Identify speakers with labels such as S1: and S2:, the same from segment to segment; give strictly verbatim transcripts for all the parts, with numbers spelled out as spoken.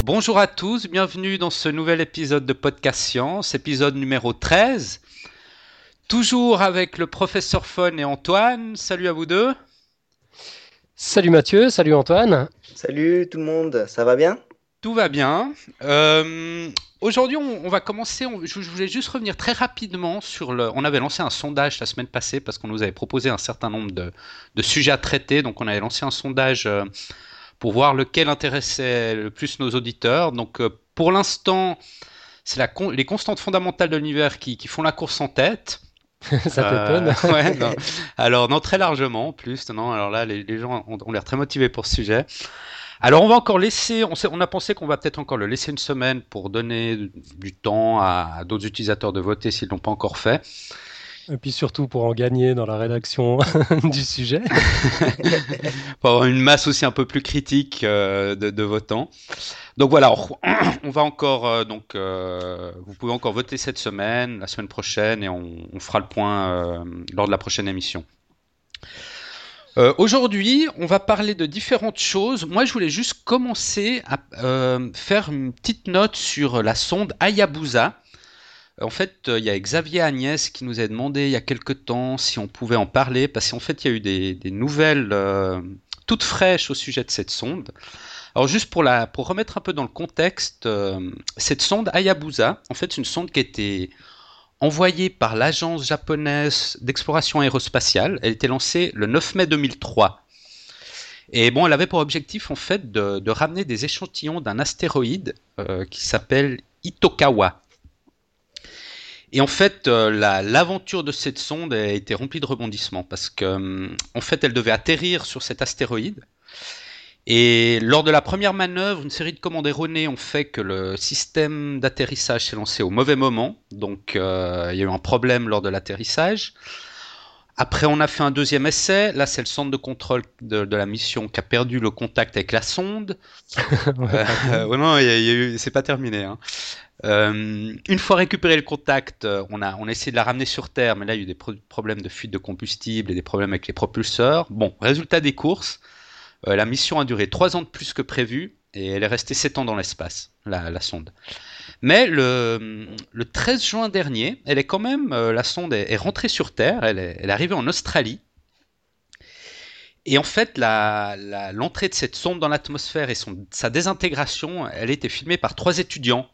S1: Bonjour à tous, bienvenue dans ce nouvel épisode de Podcast Science, épisode numéro treize. Toujours avec le professeur Fon et Antoine. Salut à vous deux.
S2: Salut Mathieu, salut Antoine.
S3: Salut tout le monde, ça va bien?
S1: Tout va bien. Euh, aujourd'hui, on, on va commencer. On, je, je voulais juste revenir très rapidement sur le. On avait lancé un sondage la semaine passée parce qu'on nous avait proposé un certain nombre de, de sujets à traiter. Donc, on avait lancé un sondage euh, pour voir lequel intéressait le plus nos auditeurs. Donc, euh, pour l'instant, c'est la con- les constantes fondamentales de l'univers qui, qui font la course en tête.
S2: Ça
S1: Euh,
S2: t'étonne?
S1: ouais, non. Alors, non, très largement en plus. Non, alors là, les, les gens ont, ont l'air très motivés pour ce sujet. Alors, on va encore laisser, on, sait- on a pensé qu'on va peut-être encore le laisser une semaine pour donner du temps à, à d'autres utilisateurs de voter s'ils ne l'ont pas encore fait.
S2: Et puis surtout pour en gagner dans la rédaction du sujet.
S1: Pour avoir une masse aussi un peu plus critique euh, de, de votants. Donc voilà, on, on va encore, euh, donc, euh, vous pouvez encore voter cette semaine, la semaine prochaine, et on, on fera le point euh, lors de la prochaine émission. Euh, aujourd'hui, on va parler de différentes choses. Moi, je voulais juste commencer à euh, faire une petite note sur la sonde Hayabusa. En fait, euh, il y a Xavier Agnès qui nous a demandé il y a quelque temps si on pouvait en parler, parce qu'en fait, il y a eu des, des nouvelles euh, toutes fraîches au sujet de cette sonde. Alors, juste pour, la, pour remettre un peu dans le contexte, euh, cette sonde Hayabusa, en fait, c'est une sonde qui a été envoyée par l'agence japonaise d'exploration aérospatiale. Elle a été lancée le neuf mai deux mille trois. Et bon, elle avait pour objectif, en fait, de, de ramener des échantillons d'un astéroïde euh, qui s'appelle Itokawa. Et en fait, euh, la- l'aventure de cette sonde a été remplie de rebondissements parce que, euh, en fait, elle devait atterrir sur cet astéroïde. Et lors de la première manœuvre, une série de commandes erronées ont fait que le système d'atterrissage s'est lancé au mauvais moment. Donc, euh, il y a eu un problème lors de l'atterrissage. Après, on a fait un deuxième essai. Là, c'est le centre de contrôle de, de la mission qui a perdu le contact avec la sonde.
S2: Ouais,
S1: Euh,
S2: pas bien.
S1: euh, non, il y a- il y a eu- c'est pas terminé, hein. Euh, une fois récupéré le contact, euh, on a, on a essayé de la ramener sur Terre, mais là il y a eu des pro- problèmes de fuite de combustible et des problèmes avec les propulseurs. Bon, résultat des courses, euh, la mission a duré trois ans de plus que prévu et elle est restée sept ans dans l'espace, la, la sonde. Mais le, le treize juin dernier, elle est quand même, euh, la sonde est, est rentrée sur Terre, elle est, elle est arrivée en Australie. Et en fait, la- la- l'entrée de cette sonde dans l'atmosphère et son- sa désintégration, elle a été filmée par trois étudiants.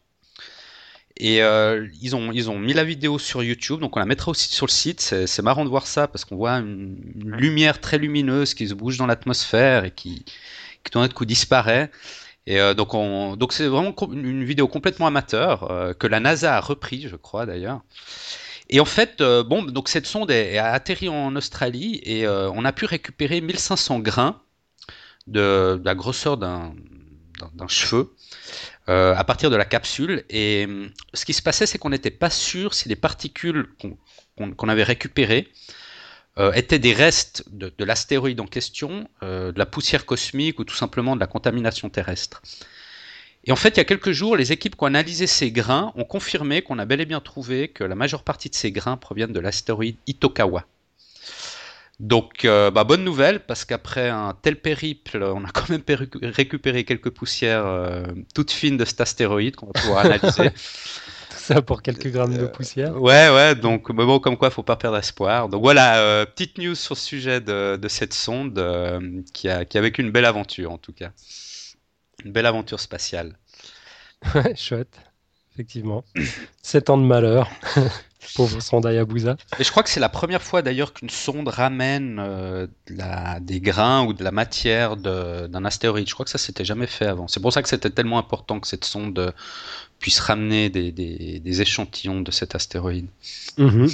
S1: Et euh, ils, ont, ils ont mis la vidéo sur YouTube, donc on la mettra aussi sur le site. C'est, c'est marrant de voir ça parce qu'on voit une, une lumière très lumineuse qui se bouge dans l'atmosphère et qui, qui tout d'un coup disparaît. Et euh, donc, on, donc c'est vraiment com- une vidéo complètement amateur euh, que la NASA a repris, je crois d'ailleurs. Et en fait, euh, bon, donc cette sonde est, est atterri en Australie et euh, on a pu récupérer mille cinq cents grains de, de la grosseur d'un, d'un, d'un cheveu euh, à partir de la capsule. Et euh, ce qui se passait, c'est qu'on n'était pas sûr si les particules qu'on, qu'on, qu'on avait récupérées euh, étaient des restes de, de l'astéroïde en question, euh, de la poussière cosmique ou tout simplement de la contamination terrestre. Et en fait, il y a quelques jours, les équipes qui ont analysé ces grains ont confirmé qu'on a bel et bien trouvé que la majeure partie de ces grains proviennent de l'astéroïde Itokawa. Donc, euh, bah, bonne nouvelle, parce qu'après un tel périple, on a quand même péru- récupéré quelques poussières euh, toutes fines de cet astéroïde qu'on va pouvoir analyser.
S2: Tout ça pour quelques grammes de poussière.
S1: Ouais, ouais, donc mais bon, comme quoi, faut pas perdre espoir. Donc voilà, euh, petite news sur le sujet de, de cette sonde euh, qui a, qui a vécu une belle aventure en tout cas. Une belle aventure spatiale.
S2: Ouais, chouette, effectivement. Sept ans de malheur. Pauvre sonde Hayabusa.
S1: Et je crois que c'est la première fois d'ailleurs qu'une sonde ramène euh, de la- des grains ou de la matière de- d'un astéroïde. Je crois que ça s'était jamais fait avant. C'est pour ça que c'était tellement important que cette sonde euh, puisse ramener des, des- des échantillons de cet astéroïde.
S2: Mhm.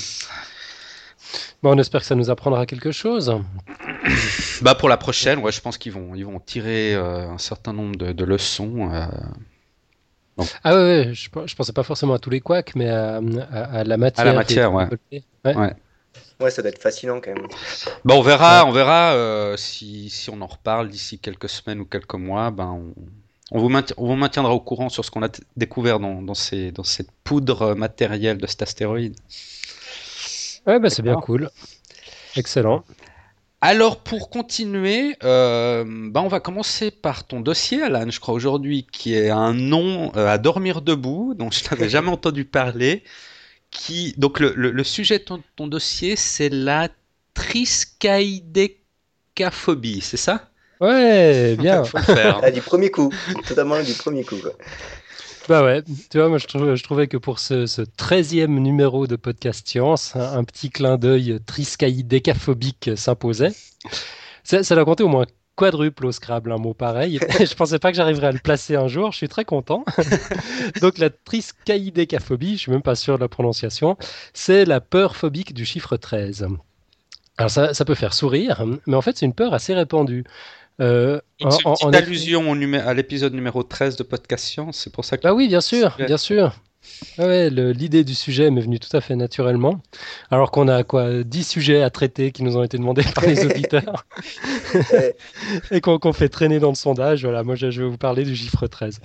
S2: Bon, on espère que ça nous apprendra quelque chose.
S1: Bah pour la prochaine, ouais, je pense qu'ils vont, ils vont tirer euh, un certain nombre de, de leçons. euh. Donc,
S2: Ah ouais, ouais, je, pe- je pensais pas forcément à tous les couacs, mais à, à- à la
S1: à la
S2: matière qui a été
S1: matière, ouais.
S2: récoltée. Ouais.
S1: Ouais.
S3: Ouais, ça doit être fascinant quand même.
S1: Bah on verra,
S2: Ouais.
S1: on verra euh, si, si on en reparle d'ici quelques semaines ou quelques mois. Ben on, on vous mainti- on vous maintiendra au courant sur ce qu'on a t- découvert dans, dans, ces, dans cette poudre matérielle de cet astéroïde.
S2: Ouais, bah c'est bien
S1: D'accord.
S2: cool. Excellent.
S1: Alors pour continuer, euh, bah, on va commencer par ton dossier, Alan, je crois aujourd'hui, qui est un nom euh, à dormir debout, dont je n'avais jamais entendu parler. Qui... Donc le, le- le sujet de ton, ton dossier, c'est la triskaïdécaphobie, c'est ça?
S2: Ouais, bien.
S1: Faut le faire, hein.
S3: Ah, du premier coup, totalement du premier coup, quoi.
S2: Bah ouais, tu vois, moi je, trou- je trouvais que pour ce, ce treizième numéro de Podcast Science, un, un petit clin d'œil triskaïdécaphobique s'imposait. Ça, ça doit compter au moins quadruple au Scrabble, un mot pareil. Je pensais pas que j'arriverais à le placer un jour, je suis très content. Donc la triskaïdécaphobie, je suis même pas sûr de la prononciation, c'est la peur phobique du chiffre treize. Alors ça, ça peut faire sourire, mais en fait c'est une peur assez répandue. Euh,
S1: Donc,
S2: en,
S1: c'est une
S2: en-
S1: petite
S2: en effet-
S1: allusion au numé- à l'épisode numéro treize de Podcast Science, c'est pour ça que...
S2: Bah oui, bien sûr, bien sûr. Ah ouais, le- l'idée du sujet m'est venue tout à fait naturellement, alors qu'on a quoi, dix sujets à traiter qui nous ont été demandés par les auditeurs
S3: Ouais.
S2: et qu'on qu'on fait traîner dans le sondage. Voilà, moi je, je vais vous parler du chiffre treize.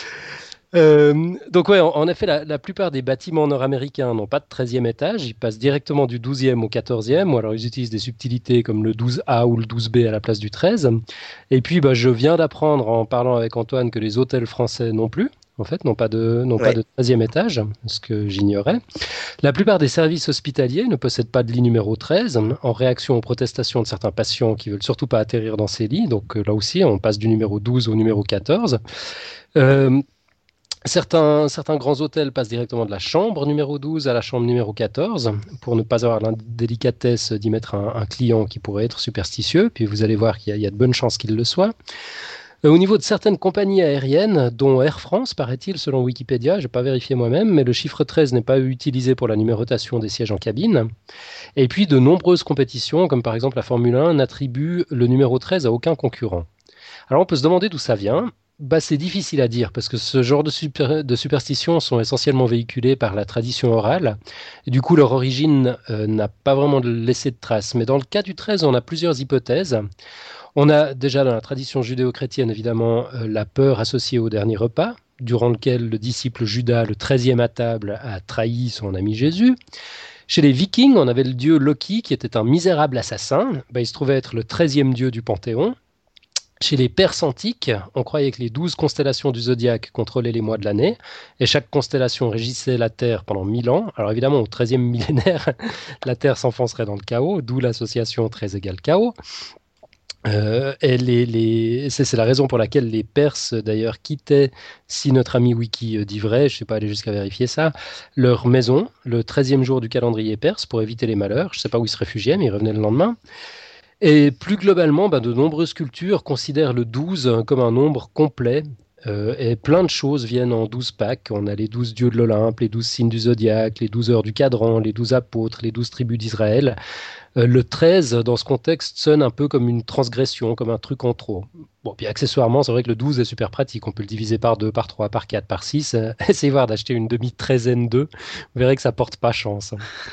S2: Euh, donc ouais, en, en effet, la, la plupart des bâtiments nord-américains n'ont pas de treizième étage, ils passent directement du douzième au quatorzième, ou alors ils utilisent des subtilités comme le douze A ou le douze B à la place du treize. Et puis bah, je viens d'apprendre en parlant avec Antoine que les hôtels français non plus, en fait, n'ont pas de, n'ont pas
S3: Ouais.
S2: de treizième étage, ce que j'ignorais. La plupart des services hospitaliers ne possèdent pas de lit numéro treize, en réaction aux protestations de certains patients qui veulent surtout pas atterrir dans ces lits. Donc euh, là aussi, on passe du numéro douze au numéro quatorze. Euh, Certains, certains grands hôtels passent directement de la chambre numéro douze à la chambre numéro quatorze pour ne pas avoir l'indélicatesse d'y mettre un, un client qui pourrait être superstitieux. Puis vous allez voir qu'il y a, il y a de bonnes chances qu'il le soit. Euh, Au niveau de certaines compagnies aériennes, dont Air France, paraît-il, selon Wikipédia, je n'ai pas vérifié moi-même, mais le chiffre treize n'est pas utilisé pour la numérotation des sièges en cabine. Et puis de nombreuses compétitions, comme par exemple la Formule un, n'attribuent le numéro treize à aucun concurrent. Alors on peut se demander d'où ça vient. Bah, c'est difficile à dire parce que ce genre de, super- de superstitions sont essentiellement véhiculées par la tradition orale. Et du coup, leur origine euh, n'a pas vraiment de- laissé de traces. Mais dans le cas du treize, on a plusieurs hypothèses. On a déjà dans la tradition judéo-chrétienne, évidemment, euh, la peur associée au dernier repas, durant lequel le disciple Judas, le treizième à table, a trahi son ami Jésus. Chez les Vikings, on avait le dieu Loki, qui était un misérable assassin. Bah, il se trouvait être le treizième dieu du Panthéon. Chez les Perses antiques, on croyait que les douze constellations du zodiaque contrôlaient les mois de l'année, et chaque constellation régissait la Terre pendant mille ans. Alors évidemment, au treizième millénaire, la Terre s'enfoncerait dans le chaos, d'où l'association treize égale chaos. Euh, et les, les... C'est c'est la raison pour laquelle les Perses, d'ailleurs, quittaient, si notre ami Wiki euh, dit vrai, je ne sais pas aller jusqu'à vérifier ça, leur maison le treizième jour du calendrier perse pour éviter les malheurs. Je ne sais pas où ils se réfugiaient, mais ils revenaient le lendemain. Et plus globalement, ben, de nombreuses cultures considèrent le douze comme un nombre complet. Euh, et plein de choses viennent en douze packs. On a les douze dieux de l'Olympe, les douze signes du zodiaque, les douze heures du cadran, les douze apôtres, les douze tribus d'Israël. Euh, le treize, dans ce contexte, sonne un peu comme une transgression, comme un truc en trop. Bon, puis accessoirement, c'est vrai que le douze est super pratique. On peut le diviser par deux, par trois, par quatre, par six. Euh, essayez voir d'acheter une demi-treizaine deux. Vous verrez que ça porte pas chance.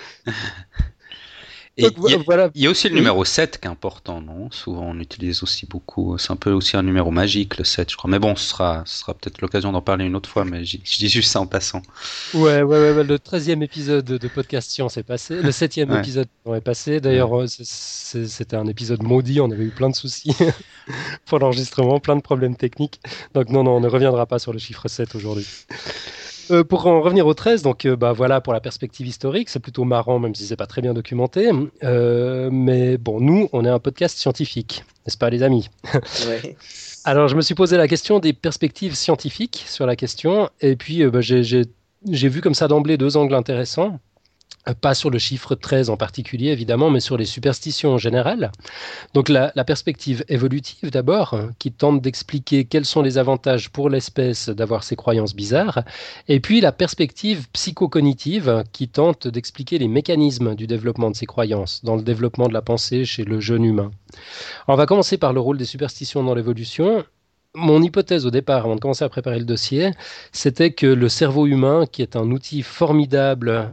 S1: Et
S2: Donc,
S1: il y, a-
S2: voilà.
S1: il y a aussi le
S2: Oui.
S1: numéro sept qui est important, non? Souvent on utilise aussi beaucoup. C'est un peu aussi un numéro magique, le sept, je crois. Mais bon, ce sera, ce sera peut-être l'occasion d'en parler une autre fois, mais j'y- je dis juste ça en passant.
S2: Ouais, ouais, ouais, ouais, le treizième épisode de Podcast Science est passé. Le septième
S1: Ouais.
S2: épisode est passé. D'ailleurs, euh, c'est- c'est- c'était un épisode maudit. On avait eu plein de soucis pour l'enregistrement, plein de problèmes techniques. Donc, non, non, on ne reviendra pas sur le chiffre sept aujourd'hui. Euh, pour en revenir au treize, donc euh, bah, voilà pour la perspective historique, c'est plutôt marrant, même si c'est pas très bien documenté. Euh, mais bon, nous, on est un podcast scientifique, n'est-ce pas, les amis?
S3: Ouais.
S2: Alors, je me suis posé la question des perspectives scientifiques sur la question, et puis euh, bah, j'ai j'ai- j'ai vu comme ça d'emblée deux angles intéressants. Euh, Pas sur le chiffre treize en particulier, évidemment, mais sur les superstitions en général. Donc la, la perspective évolutive d'abord, hein, qui tente d'expliquer quels sont les avantages pour l'espèce d'avoir ces croyances bizarres, et puis la perspective psychocognitive, qui tente d'expliquer les mécanismes du développement de ces croyances, dans le développement de la pensée chez le jeune humain. Alors, on va commencer par le rôle des superstitions dans l'évolution. Mon hypothèse au départ, avant de commencer à préparer le dossier, c'était que le cerveau humain, qui est un outil formidable à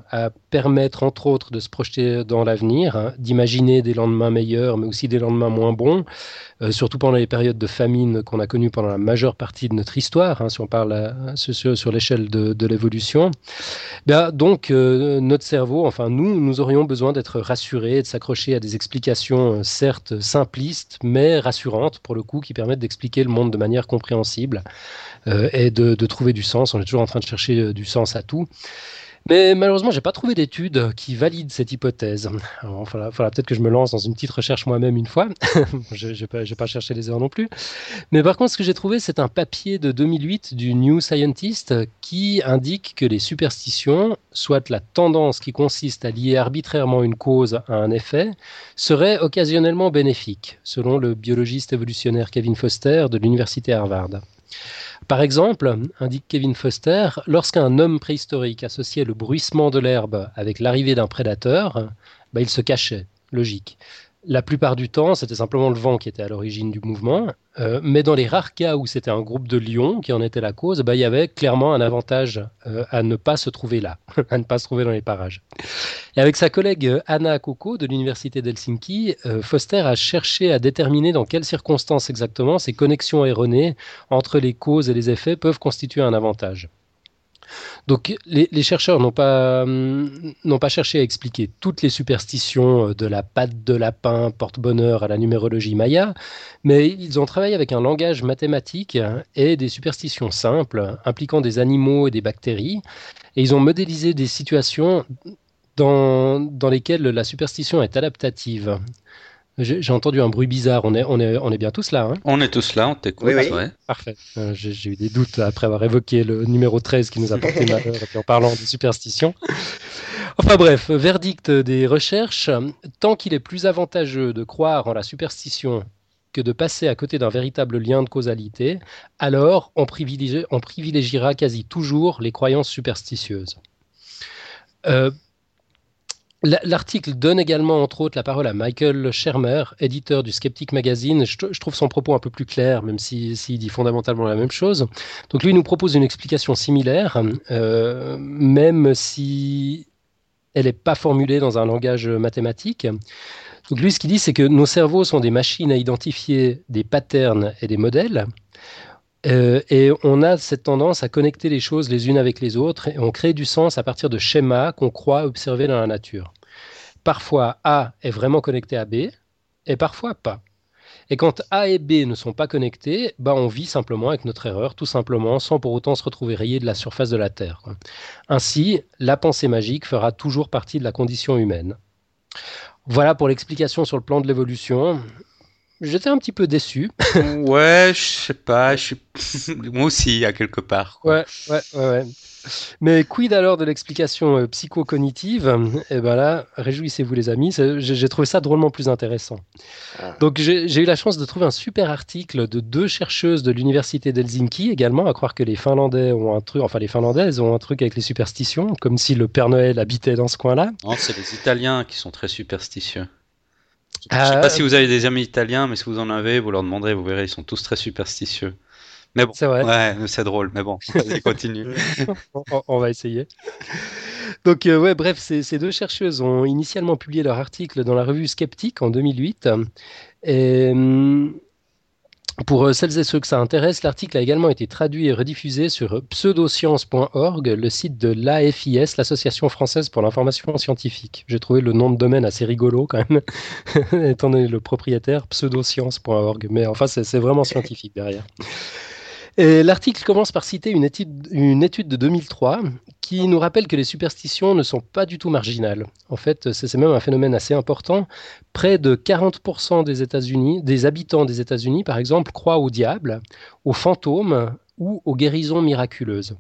S2: permettre entre autres de se projeter dans l'avenir, hein, d'imaginer des lendemains meilleurs, mais aussi des lendemains moins bons, euh, surtout pendant les périodes de famine qu'on a connues pendant la majeure partie de notre histoire, hein, si on parle à, sur, sur l'échelle de, de l'évolution. Bien, donc, euh, notre cerveau, enfin nous, nous aurions besoin d'être rassurés, de s'accrocher à des explications euh, certes simplistes, mais rassurantes pour le coup, qui permettent d'expliquer le monde de manière compréhensible euh, et de, de trouver du sens. On est toujours en train de chercher euh, du sens à tout. Mais malheureusement, j'ai pas trouvé d'études qui valident cette hypothèse. Alors, il faudra, faudra peut-être que je me lance dans une petite recherche moi-même une fois. je ne vais pas, pas chercher les heures non plus. Mais par contre, ce que j'ai trouvé, c'est un papier de deux mille huit du New Scientist qui indique que les superstitions, soit la tendance qui consiste à lier arbitrairement une cause à un effet, seraient occasionnellement bénéfiques, selon le biologiste évolutionnaire Kevin Foster de l'université Harvard. Par exemple, indique Kevin Foster, lorsqu'un homme préhistorique associait le bruissement de l'herbe avec l'arrivée d'un prédateur, bah, il se cachait, logique. La plupart du temps, c'était simplement le vent qui était à l'origine du mouvement, euh, mais dans les rares cas où c'était un groupe de lions qui en était la cause, bah, il y avait clairement un avantage euh, à ne pas se trouver là, à ne pas se trouver dans les parages. Et avec sa collègue Anna Koko de l'université d'Helsinki, euh, Foster a cherché à déterminer dans quelles circonstances exactement ces connexions erronées entre les causes et les effets peuvent constituer un avantage. Donc les, les chercheurs n'ont pas, hum, n'ont pas cherché à expliquer toutes les superstitions de la patte de lapin porte-bonheur à la numérologie maya, mais ils ont travaillé avec un langage mathématique et des superstitions simples impliquant des animaux et des bactéries, et ils ont modélisé des situations dans, dans lesquelles la superstition est adaptative. J'ai, j'ai entendu un bruit bizarre, on est, on est, on est bien tous là, hein?
S1: On est tous là, on t'écoute.
S3: Oui, oui.
S1: Ouais.
S2: Parfait. Euh, j'ai, j'ai eu des doutes après avoir évoqué le numéro treize qui nous a porté malheur et puis en parlant de superstition. Enfin bref, verdict des recherches, tant qu'il est plus avantageux de croire en la superstition que de passer à côté d'un véritable lien de causalité, alors on, privilégie, on privilégiera quasi toujours les croyances superstitieuses. Euh, L'article donne également, entre autres, la parole à Michael Shermer, éditeur du Skeptic Magazine. Je, je trouve son propos un peu plus clair, même s'il si, si dit fondamentalement la même chose. Donc lui nous propose une explication similaire, euh, même si elle n'est pas formulée dans un langage mathématique. Donc lui, ce qu'il dit, c'est que nos cerveaux sont des machines à identifier des patterns et des modèles. Euh, et on a cette tendance à connecter les choses les unes avec les autres et on crée du sens à partir de schémas qu'on croit observer dans la nature. Parfois, A est vraiment connecté à B et parfois pas. Et quand A et B ne sont pas connectés, bah on vit simplement avec notre erreur, tout simplement, sans pour autant se retrouver rayé de la surface de la Terre. Ainsi, la pensée magique fera toujours partie de la condition humaine. Voilà pour l'explication sur le plan de l'évolution. J'étais un petit peu déçu.
S1: Ouais, je sais pas, je suis... moi aussi, à quelque part. Quoi.
S2: Ouais, ouais, ouais, ouais. Mais quid alors de l'explication euh, psychocognitive? Eh ben là, réjouissez-vous les amis, c'est- j'ai j'ai trouvé ça drôlement plus intéressant.
S3: Ah.
S2: Donc j'ai j'ai eu la chance de trouver un super article de deux chercheuses de l'université d'Helsinki également, à croire que les Finlandais ont un truc, enfin les Finlandaises ont un truc avec les superstitions, comme si le Père Noël habitait dans ce coin-là.
S1: Non, c'est les Italiens qui sont très superstitieux. Je sais
S2: Euh,
S1: pas si vous avez des amis italiens, mais si vous en avez, vous leur demanderez, vous verrez, ils sont tous très superstitieux. Mais bon,
S2: c'est vrai.
S1: ouais, c'est drôle, mais bon, vas-y, continue.
S2: on, on va essayer. Donc, euh, ouais, bref, ces, ces deux chercheuses ont initialement publié leur article dans la revue Skeptic en deux mille huit. Et hum, pour euh, celles et ceux que ça intéresse, l'article a également été traduit et rediffusé sur pseudoscience point org, le site de l'A F I S, l'Association française pour l'information scientifique. J'ai trouvé le nom de domaine assez rigolo quand même, étant donné le propriétaire, pseudoscience point org. Mais enfin, c'est c'est vraiment scientifique derrière. Et l'article commence par citer une étude, une étude de deux mille trois qui nous rappelle que les superstitions ne sont pas du tout marginales. En fait, c'est c'est même un phénomène assez important. Près de quarante pour cent des États-Unis, des habitants des États-Unis, par exemple, croient au diable, aux fantômes ou aux guérisons miraculeuses.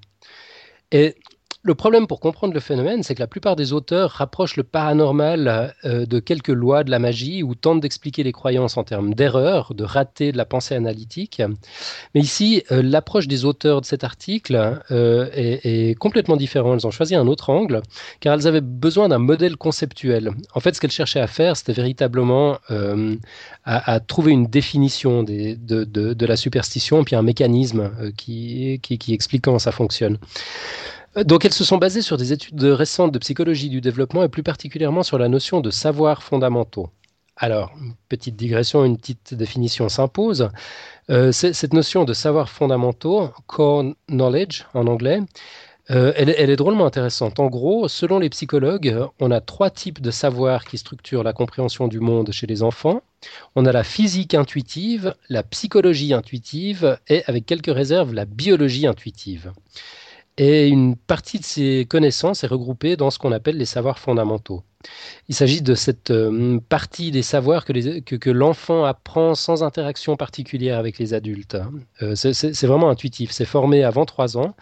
S2: Et le problème pour comprendre le phénomène, c'est que la plupart des auteurs rapprochent le paranormal euh, de quelques lois de la magie ou tentent d'expliquer les croyances en termes d'erreurs, de ratés de la pensée analytique. Mais ici, euh, l'approche des auteurs de cet article euh, est, est complètement différente. Elles ont choisi un autre angle, car elles avaient besoin d'un modèle conceptuel. En fait, ce qu'elles cherchaient à faire, c'était véritablement euh, à, à trouver une définition des, de, de, de la superstition, puis un mécanisme euh, qui, qui, qui explique comment ça fonctionne. Donc elles se sont basées sur des études récentes de psychologie du développement et plus particulièrement sur la notion de savoirs fondamentaux. Alors, une petite digression, une petite définition s'impose. Euh, cette notion de savoirs fondamentaux, core knowledge en anglais, euh, elle, elle est drôlement intéressante. En gros, selon les psychologues, on a trois types de savoirs qui structurent la compréhension du monde chez les enfants. On a la physique intuitive, la psychologie intuitive et, avec quelques réserves, la biologie intuitive. Et une partie de ces connaissances est regroupée dans ce qu'on appelle les savoirs fondamentaux. Il s'agit de cette euh, partie des savoirs que, les, que, que l'enfant apprend sans interaction particulière avec les adultes. Euh, c'est, c'est, c'est vraiment intuitif, c'est formé avant trois ans.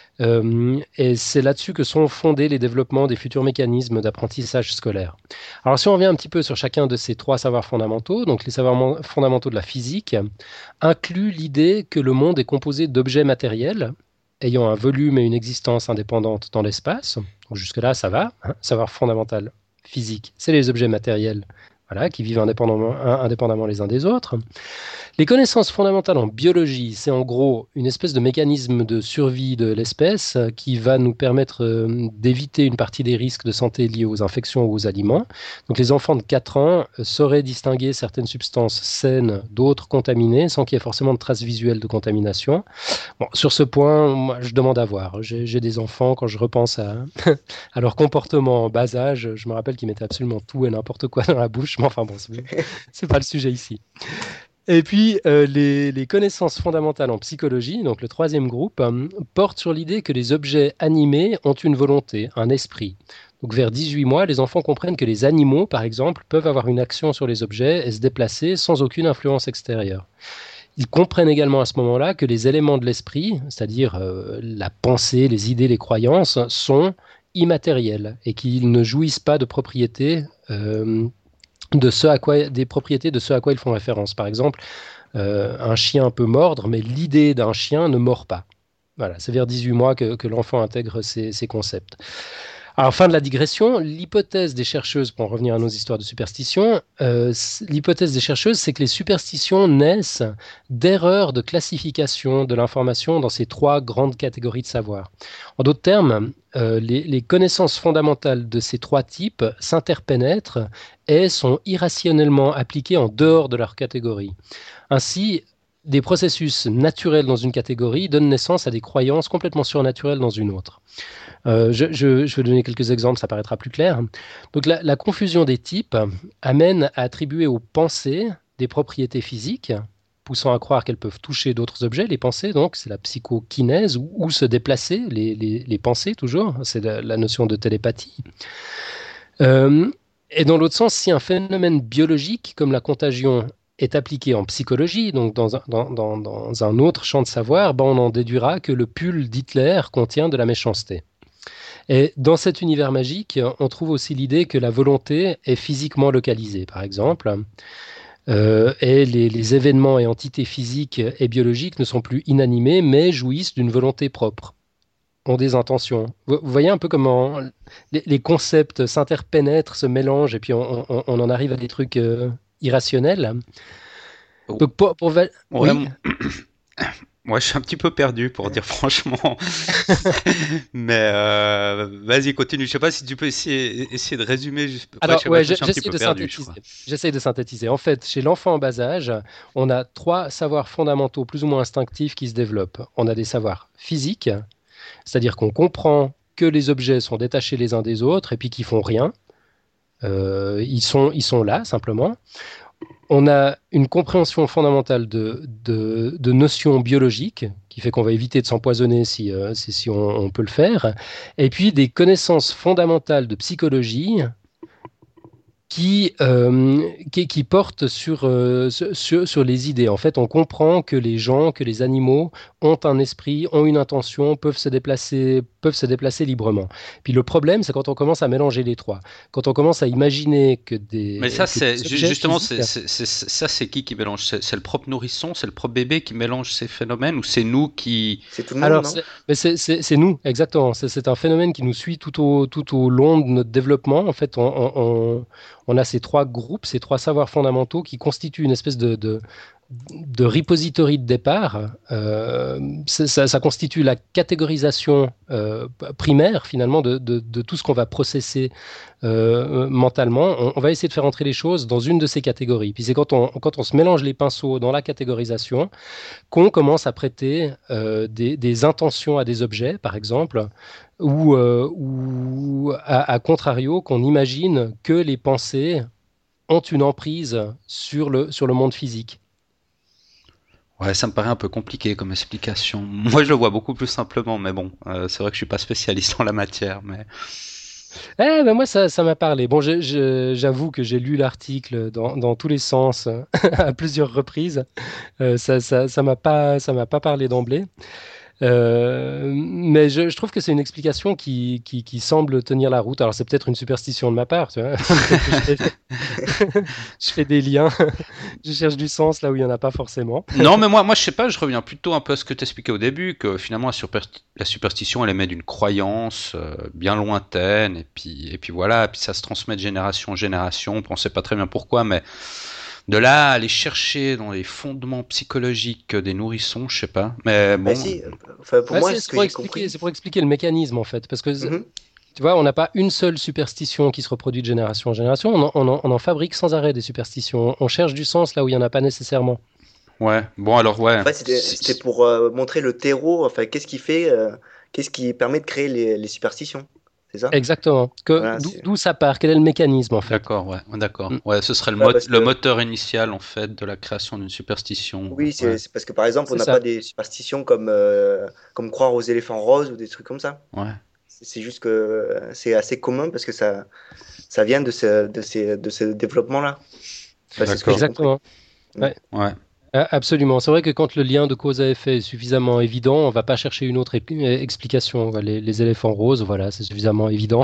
S2: Euh, et c'est là-dessus que sont fondés les développements des futurs mécanismes d'apprentissage scolaire. Alors si on revient un petit peu sur chacun de ces trois savoirs fondamentaux, donc les savoirs fondamentaux de la physique incluent l'idée que le monde est composé d'objets matériels ayant un volume et une existence indépendante dans l'espace. Donc jusque-là, ça va. Hein, savoir fondamental physique, c'est les objets matériels, voilà, qui vivent indépendamment, indépendamment les uns des autres. Les connaissances fondamentales en biologie, c'est en gros une espèce de mécanisme de survie de l'espèce qui va nous permettre euh, d'éviter une partie des risques de santé liés aux infections ou aux aliments. Donc les enfants de quatre ans euh, sauraient distinguer certaines substances saines d'autres contaminées sans qu'il y ait forcément de traces visuelles de contamination. Bon, sur ce point, moi, je demande à voir. J'ai, j'ai des enfants, quand je repense à, à leur comportement en bas âge, je me rappelle qu'ils mettaient absolument tout et n'importe quoi dans la bouche, mais enfin bon, c'est, c'est pas le sujet ici. Et puis, euh, les, les connaissances fondamentales en psychologie, donc le troisième groupe, euh, portent sur l'idée que les objets animés ont une volonté, un esprit. Donc vers dix-huit mois, les enfants comprennent que les animaux, par exemple, peuvent avoir une action sur les objets et se déplacer sans aucune influence extérieure. Ils comprennent également à ce moment-là que les éléments de l'esprit, c'est-à-dire euh, la pensée, les idées, les croyances, sont immatériels et qu'ils ne jouissent pas de propriétés euh, de ce à quoi, des propriétés de ce à quoi ils font référence. Par exemple, euh, un chien peut mordre, mais l'idée d'un chien ne mord pas. Voilà, c'est vers dix-huit mois que, que l'enfant intègre ces, ces concepts. Alors, fin de la digression, l'hypothèse des chercheuses, pour en revenir à nos histoires de superstition, euh, l'hypothèse des chercheuses, c'est que les superstitions naissent d'erreurs de classification de l'information dans ces trois grandes catégories de savoir. En d'autres termes, euh, les, les connaissances fondamentales de ces trois types s'interpénètrent et sont irrationnellement appliquées en dehors de leur catégorie. Ainsi, des processus naturels dans une catégorie donnent naissance à des croyances complètement surnaturelles dans une autre. Euh, je, je, je vais donner quelques exemples, ça paraîtra plus clair. Donc la, la confusion des types amène à attribuer aux pensées des propriétés physiques, poussant à croire qu'elles peuvent toucher d'autres objets. Les pensées, donc, c'est la psychokinèse, ou, ou se déplacer, les, les, les pensées toujours, c'est la, la notion de télépathie. Euh, et dans l'autre sens, si un phénomène biologique, comme la contagion, est appliqué en psychologie, donc dans un, dans, dans, dans un autre champ de savoir, ben on en déduira que le pull d'Hitler contient de la méchanceté. Et dans cet univers magique, on trouve aussi l'idée que la volonté est physiquement localisée, par exemple, euh, et les, les événements et entités physiques et biologiques ne sont plus inanimés, mais jouissent d'une volonté propre, ont des intentions. Vous, vous voyez un peu comment les, les concepts s'interpénètrent, se mélangent, et puis on, on, on en arrive à des trucs euh, irrationnels. Donc pour, pour Val...
S1: Ouais,
S2: oui.
S1: Moi, je suis un petit peu perdu pour dire franchement. Mais euh, vas-y, continue. Je sais pas si tu peux essayer, essayer de résumer. Juste...
S2: Alors,
S1: ouais,
S2: ouais,
S1: je suis un
S2: j'essaie
S1: petit peu
S2: de
S1: perdu,
S2: synthétiser. J'essaie de synthétiser. En fait, chez l'enfant en bas âge, on a trois savoirs fondamentaux plus ou moins instinctifs qui se développent. On a des savoirs physiques, c'est-à-dire qu'on comprend que les objets sont détachés les uns des autres et puis qu'ils font rien. Euh, ils sont, ils sont là, simplement. On a une compréhension fondamentale de, de, de notions biologiques qui fait qu'on va éviter de s'empoisonner si, euh, si, si on, on peut le faire. Et puis des connaissances fondamentales de psychologie qui, euh, qui, qui portent sur, euh, sur, sur les idées. En fait, on comprend que les gens, que les animaux ont un esprit, ont une intention, peuvent se déplacer, peuvent se déplacer librement. Puis le problème, c'est quand on commence à mélanger les trois. Quand on commence à imaginer que des...
S1: Mais ça,
S2: que
S1: c'est
S2: des
S1: justement,
S2: physiques...
S1: c'est, c'est, c'est, ça, c'est qui qui mélange? C'est, c'est le propre nourrisson, c'est le propre bébé qui mélange ces phénomènes, ou c'est nous qui...
S3: C'est tout le monde,
S2: Alors,
S3: non
S2: c'est, mais c'est, c'est, c'est nous, exactement. C'est, c'est un phénomène qui nous suit tout au, tout au long de notre développement. En fait, on, on, on a ces trois groupes, ces trois savoirs fondamentaux qui constituent une espèce de, de, de repository de départ. Euh, ça, ça, ça constitue la catégorisation euh, primaire, finalement, de, de, de tout ce qu'on va processer euh, mentalement. On, on va essayer de faire entrer les choses dans une de ces catégories. Puis c'est quand on, quand on se mélange les pinceaux dans la catégorisation qu'on commence à prêter euh, des, des intentions à des objets, par exemple, ou, euh, ou à, à contrario, qu'on imagine que les pensées ont une emprise sur le, sur le monde physique.
S1: Ouais, ça me paraît un peu compliqué comme explication. Moi, je le vois beaucoup plus simplement, mais bon, euh, c'est vrai que je suis pas spécialiste en la matière, mais
S2: Eh ben moi, ça, ça m'a parlé. Bon, je- je- j'avoue que j'ai lu l'article dans, dans tous les sens à plusieurs reprises. Euh, ça, ça, ça m'a pas, ça m'a pas parlé d'emblée. Euh, mais je, je trouve que c'est une explication qui, qui, qui semble tenir la route. Alors, c'est peut-être une superstition de ma part, tu vois. Peut-être que je fais, je fais des liens, je cherche du sens là où il n'y en a pas forcément.
S1: non, mais moi, moi, je sais pas, je reviens plutôt un peu à ce que tu expliquais au début, que finalement, la, super- la superstition, elle émet d'une croyance euh, bien lointaine, et puis, et puis voilà, et puis ça se transmet de génération en génération, on sait pas très bien pourquoi, mais de là à aller chercher dans les fondements psychologiques des nourrissons, je sais pas, mais
S3: Bah
S1: bon,
S3: si, euh, enfin, pour
S2: Ouais,
S3: moi,
S2: c'est
S3: ce
S2: c'est
S3: que
S2: pour
S3: j'ai
S2: expliquer,
S3: compris.
S2: c'est pour expliquer le mécanisme en fait, parce que
S3: Mhm.
S2: tu vois, on n'a pas une seule superstition qui se reproduit de génération en génération, on en, on en- on en fabrique sans arrêt des superstitions. On cherche du sens là où il n'y en a pas nécessairement.
S1: ouais, bon alors
S3: En
S1: ouais,
S3: fait, c'était
S1: si-
S3: c'était pour euh, montrer le terreau, enfin, qu'est-ce qui fait, euh, qu'est-ce qui permet de créer les, les superstitions. C'est ça?
S2: Exactement. Que,
S3: Voilà,
S2: d'où,
S3: c'est...
S2: d'où ça part? Quel est le mécanisme en fait?
S1: d'accord, ouais, d'accord,
S2: Mm.
S1: ouais, ce serait le,
S3: Ouais,
S1: mot-
S3: parce
S1: le
S3: que,
S1: moteur initial en fait de la création d'une superstition,
S3: oui,
S1: ouais,
S3: c'est c'est parce que par exemple, on
S2: C'est
S3: n'a pas
S2: ça.
S3: des superstitions comme, euh, comme croire aux éléphants roses ou des trucs comme ça.
S1: ouais,
S3: C'est c'est juste que euh, c'est assez commun parce que ça, ça vient de ce, de ces, de ce développement-là. Enfin, c'est ce que
S1: d'accord,
S3: j'ai compris.
S2: Exactement.
S3: Mm.
S2: Ouais.
S1: ouais.
S2: A- Absolument. C'est vrai que quand le lien de cause à effet est suffisamment évident, on va pas chercher une autre ép- explication. Les, les éléphants roses, voilà, c'est suffisamment évident.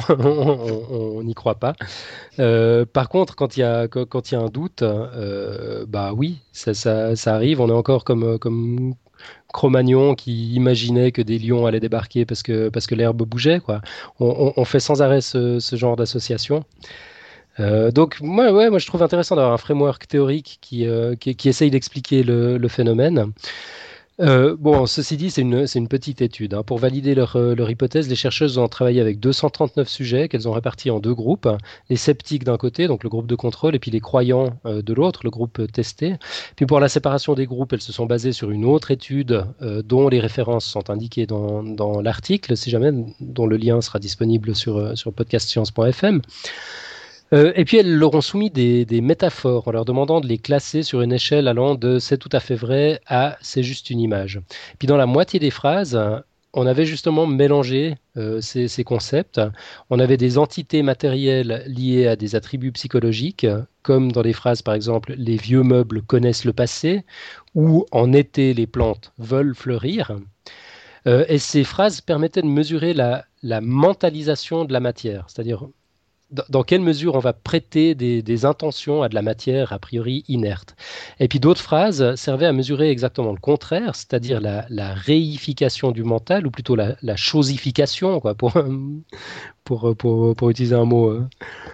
S2: On n'y croit pas. Euh, par contre, quand il y a, quand quand il y a un doute, euh, bah oui, ça, ça, ça arrive. On est encore comme, comme Cro-Magnon qui imaginait que des lions allaient débarquer parce que, parce que l'herbe bougeait, quoi. On, on- on fait sans arrêt ce, ce genre d'association. Euh, donc, moi, ouais, moi, je trouve intéressant d'avoir un framework théorique qui, euh, qui, qui essaye d'expliquer le, le phénomène. Euh, bon, ceci dit, c'est une, c'est une petite étude, hein. Pour valider leur, euh, leur hypothèse, les chercheuses ont travaillé avec deux cent trente-neuf sujets qu'elles ont répartis en deux groupes. Les sceptiques d'un côté, donc le groupe de contrôle, et puis les croyants euh, de l'autre, le groupe euh, testé. Puis pour la séparation des groupes, elles se sont basées sur une autre étude euh, dont les références sont indiquées dans, dans l'article, si jamais, dont le lien sera disponible sur, euh, sur podcast science point f m. Euh, et puis elles leur ont soumis des, des métaphores en leur demandant de les classer sur une échelle allant de c'est tout à fait vrai à c'est juste une image. Puis dans la moitié des phrases, on avait justement mélangé euh, ces, ces concepts. On avait des entités matérielles liées à des attributs psychologiques, comme dans les phrases par exemple les vieux meubles connaissent le passé ou en été les plantes veulent fleurir. Euh, et ces phrases permettaient de mesurer la, la mentalisation de la matière, c'est-à-dire dans dans quelle mesure on va prêter des, des intentions à de la matière a priori inerte. Et puis d'autres phrases servaient à mesurer exactement le contraire, c'est-à-dire la, la réification du mental, ou plutôt la, la chosification, quoi, pour, pour, pour, pour utiliser un mot euh,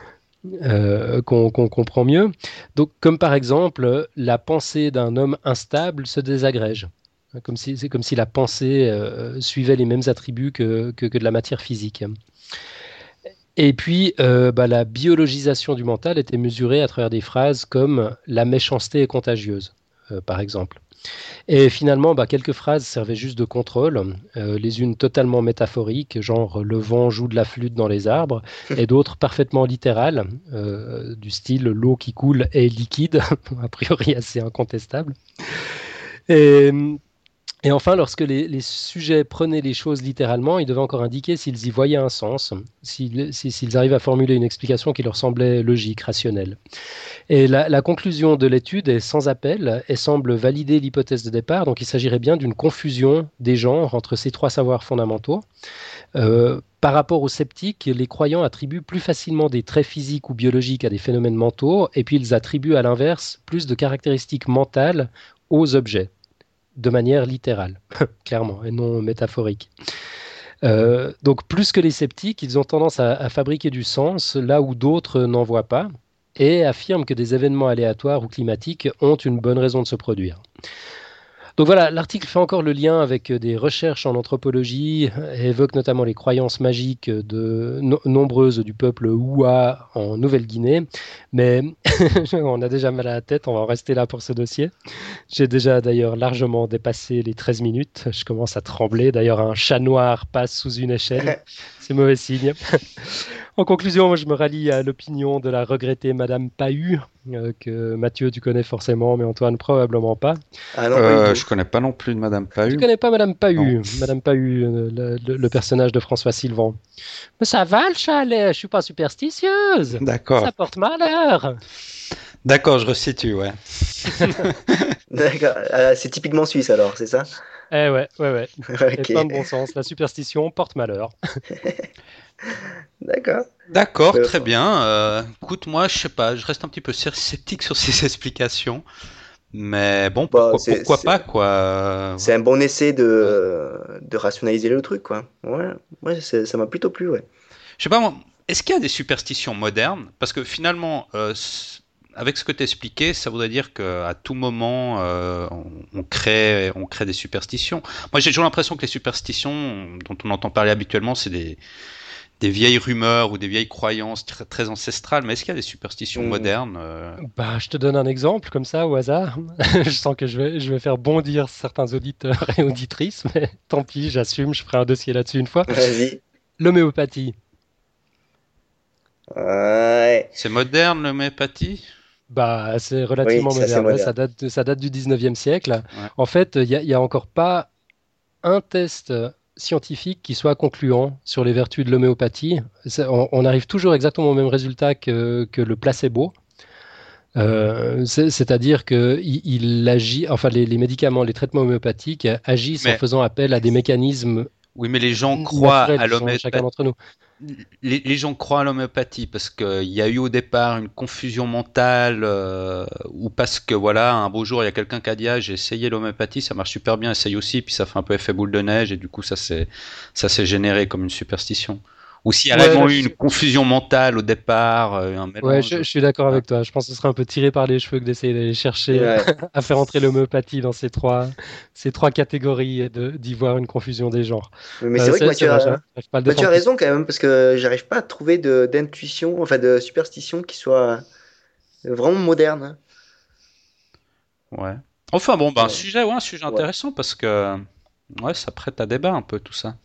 S2: euh, qu'on qu'on comprend mieux. Donc, comme par exemple, la pensée d'un homme instable se désagrège. Comme si, c'est comme si la pensée euh, suivait les mêmes attributs que, que, que de la matière physique. Et puis, euh, bah, la biologisation du mental était mesurée à travers des phrases comme la méchanceté est contagieuse, euh, par exemple. Et finalement, bah, quelques phrases servaient juste de contrôle, euh, les unes totalement métaphoriques, genre le vent joue de la flûte dans les arbres, et d'autres parfaitement littérales, euh, du style l'eau qui coule est liquide, a priori assez incontestable. Et, et enfin, lorsque les, les sujets prenaient les choses littéralement, ils devaient encore indiquer s'ils y voyaient un sens, s'ils si- s'ils arrivent à formuler une explication qui leur semblait logique, rationnelle. Et la, la conclusion de l'étude est sans appel et semble valider l'hypothèse de départ. Donc il s'agirait bien d'une confusion des genres entre ces trois savoirs fondamentaux. Euh, par rapport aux sceptiques, les croyants attribuent plus facilement des traits physiques ou biologiques à des phénomènes mentaux, et puis ils attribuent à l'inverse plus de caractéristiques mentales aux objets, de manière littérale, clairement, et non métaphorique. Euh, donc plus que les sceptiques, ils ont tendance à, à fabriquer du sens là où d'autres n'en voient pas. et affirme que des événements aléatoires ou climatiques ont une bonne raison de se produire. Donc voilà, l'article fait encore le lien avec des recherches en anthropologie et évoque notamment les croyances magiques de no- nombreuses du peuple Oua en Nouvelle-Guinée. Mais on a déjà mal à la tête, on va en rester là pour ce dossier. J'ai déjà d'ailleurs largement dépassé les treize minutes. Je commence à trembler. D'ailleurs, un chat noir passe sous une échelle. C'est mauvais signe. En conclusion, moi, je me rallie à l'opinion de la regrettée Madame Pahu, euh, que Mathieu, tu connais forcément, mais Antoine, probablement pas.
S3: Ah non, pas du
S1: Euh,
S3: tout.
S1: je connais pas non plus de Madame
S2: Tu
S1: Pahu.
S2: connais pas Madame
S1: Non.
S2: Pahu, Madame Pahu, euh, le, le- le personnage de François Sylvain. Mais ça va le chalet, je suis pas superstitieuse.
S1: D'accord.
S2: Ça porte malheur.
S1: D'accord, je resitue, ouais.
S3: D'accord. Ah, c'est typiquement suisse alors, c'est ça?
S2: Eh ouais, ouais, ouais. Et
S3: Ok.
S2: plein de bon sens. La superstition porte malheur.
S3: D'accord.
S1: D'accord,
S3: Euh,
S1: très bien. Euh, écoute, moi, je sais pas, je reste un petit peu sceptique sur ces explications. Mais bon,
S3: Bah,
S1: pourquoi,
S3: c'est
S1: pourquoi
S3: c'est-
S1: pas, quoi.
S3: c'est un bon essai
S1: Ouais.
S3: de, de rationaliser le truc, quoi. Ouais, ouais, c'est- ça m'a plutôt plu, ouais.
S1: Je sais pas, moi, est-ce qu'il y a des superstitions modernes? Parce que finalement, euh, c- avec ce que tu expliqué, ça voudrait dire qu'à tout moment, euh, on, on crée, on crée des superstitions. Moi, j'ai toujours l'impression que les superstitions dont on entend parler habituellement, c'est des, des vieilles rumeurs ou des vieilles croyances très, très ancestrales. Mais est-ce qu'il y a des superstitions
S3: Hmm.
S1: modernes? euh
S2: Bah, je te donne un exemple comme ça au hasard. Je sens que je vais, je vais faire bondir certains auditeurs et auditrices, mais tant pis, j'assume, je ferai un dossier là-dessus une fois.
S3: Vas-y.
S2: L'homéopathie.
S3: Ouais.
S1: C'est moderne, l'homéopathie?
S2: Bah, c'est
S3: Oui,
S2: relativement
S3: c'est assez
S2: moderne, hein. Ça
S3: moderne.
S2: date, de- ça date du dix-neuvième siècle.
S1: Ouais.
S2: En fait, il n'y a, il y a encore pas un test euh, scientifique qui soit concluant sur les vertus de l'homéopathie. C'est- On, on arrive toujours exactement au même résultat que, que le placebo. Euh, c'est- c'est-à-dire que il, il agit, enfin les, les médicaments, les traitements homéopathiques agissent en
S1: Mais,
S2: faisant appel à des mécanismes
S1: oui, mais les gens croient
S2: naturels
S1: à
S2: qui sont en chacun
S1: l'homéopathie.
S2: d'entre nous.
S1: Les, les gens croient à l'homéopathie parce qu'il y a eu au départ une confusion mentale euh, ou parce que voilà, un beau jour il y a quelqu'un qui a dit ah, j'ai essayé l'homéopathie, ça marche super bien, essaye aussi, puis ça fait un peu effet boule de neige et du coup ça s'est ça s'est généré comme une superstition. Ou s'il y a
S2: Ouais,
S1: réellement
S2: là,
S1: eu
S2: je,
S1: une confusion mentale au départ, euh, un
S2: ouais, je,
S1: mélange.
S2: je suis d'accord
S1: Voilà.
S2: avec toi. Je pense que ce serait un peu tiré par les cheveux que d'essayer d'aller chercher
S3: Ouais.
S2: à faire entrer l'homéopathie dans ces trois, ces trois catégories et de- d'y voir une confusion des genres.
S3: Mais c'est
S2: Euh,
S3: vrai que
S2: c'est c'est
S3: Mathieu
S2: vrai,
S3: a,
S2: j'arrive pas à le
S3: Mathieu
S2: défendre
S3: a
S2: plus.
S3: raison quand même, parce que j'arrive pas à trouver de d'intuition, enfin de superstition qui soit vraiment moderne, hein.
S1: Ouais. Enfin bon, ben un
S3: Ouais.
S1: sujet, ouais, un sujet
S3: Ouais.
S1: intéressant parce que ouais, ça prête à débat un peu tout ça.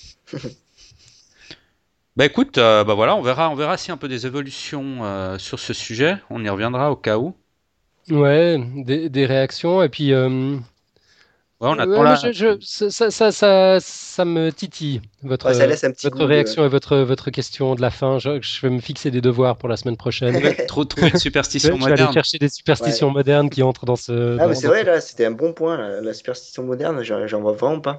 S1: Bah écoute, euh, bah voilà, on verra, on verra s'il y a un peu des évolutions euh, sur ce sujet. On y reviendra au cas où.
S2: Ouais, des, des réactions. Et puis, euh,
S1: Ouais, on attend
S2: ouais, moi,
S1: là.
S2: je, je- ça, ça, ça, ça, ça me titille,
S3: Ouais, ça
S2: votre,
S3: laisse un petit
S2: votre
S3: goût de.
S2: réaction et votre, votre question de la fin. Je, je vais me fixer des devoirs pour la semaine prochaine.
S1: Trouver, trou- trouver une
S2: Je
S1: superstition
S2: vais, je vais aller
S1: moderne.
S2: chercher des
S3: Ouais.
S2: superstitions modernes qui entrent dans ce,
S3: Ah, mais
S2: dans,
S3: c'est
S2: dans
S3: vrai,
S2: ce...
S3: là, c'était un bon point, la, la superstition moderne, j'en j'en vois vraiment pas.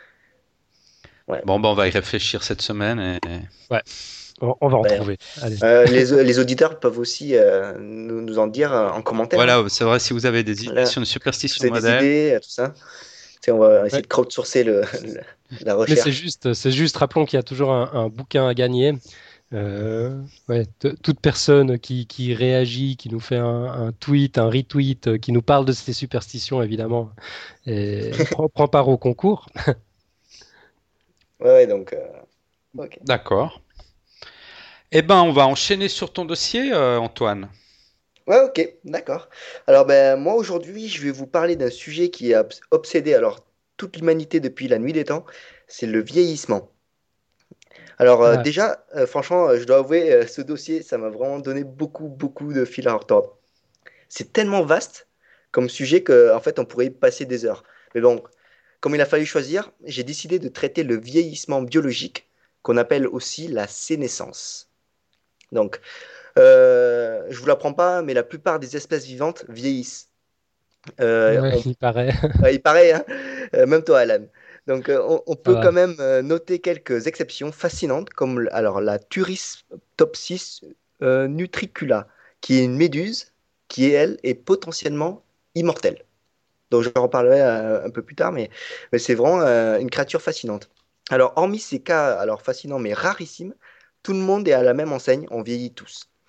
S3: Ouais.
S1: Bon, bah on va y réfléchir cette semaine et
S2: Ouais, on, on va en
S3: Ben,
S2: trouver. Allez.
S3: euh, les, les auditeurs peuvent aussi euh, nous, nous en dire euh, en commentaire, hein.
S1: voilà, c'est vrai si vous avez des idées
S3: Là,
S1: sur une
S3: si vous
S1: superstition
S3: avez des
S1: moderne.
S3: idées, euh, tout ça. Tu sais, on va essayer
S2: Ouais.
S3: de crowdsourcer le, le- la
S2: Mais c'est
S3: recherche.
S2: juste, c'est juste, rappelons qu'il y a toujours un, un bouquin à gagner. Euh, ouais, t- toute personne qui, qui réagit, qui nous fait un, un tweet, un retweet, euh, qui nous parle de ses superstitions, évidemment, et prend, prend part au concours.
S3: Ouais, ouais, donc, euh, ok.
S1: D'accord. Eh ben, on va enchaîner sur ton dossier, euh, Antoine.
S3: Ouais, ok, d'accord. Alors, ben, moi, aujourd'hui, je vais vous parler d'un sujet qui a obs- obsédé alors toute l'humanité depuis la nuit des temps, c'est le vieillissement. Alors, euh,
S2: Ah,
S3: déjà, euh, franchement, euh, je dois avouer, euh, ce dossier, ça m'a vraiment donné beaucoup, beaucoup de fil à retordre. C'est tellement vaste comme sujet que, en fait, on pourrait y passer des heures. Mais bon, comme il a fallu choisir, j'ai décidé de traiter le vieillissement biologique, qu'on appelle aussi la sénescence. Donc, euh, je vous l'apprends pas, mais la plupart des espèces vivantes vieillissent. Euh,
S2: ouais,
S3: on-
S2: il paraît.
S3: ouais, il paraît, hein. Euh, même toi, Alan. Donc, euh, on, on
S2: Ça
S3: peut
S2: va.
S3: quand même euh, noter quelques exceptions fascinantes, comme l- alors la Turritopsis euh, nutricula, qui est une méduse qui, elle, est potentiellement immortelle. Donc, j'en reparlerai euh, un peu plus tard, mais, mais c'est vraiment euh, une créature fascinante. Alors, hormis ces cas alors fascinants mais rarissimes, tout le monde est à la même enseigne, on vieillit tous.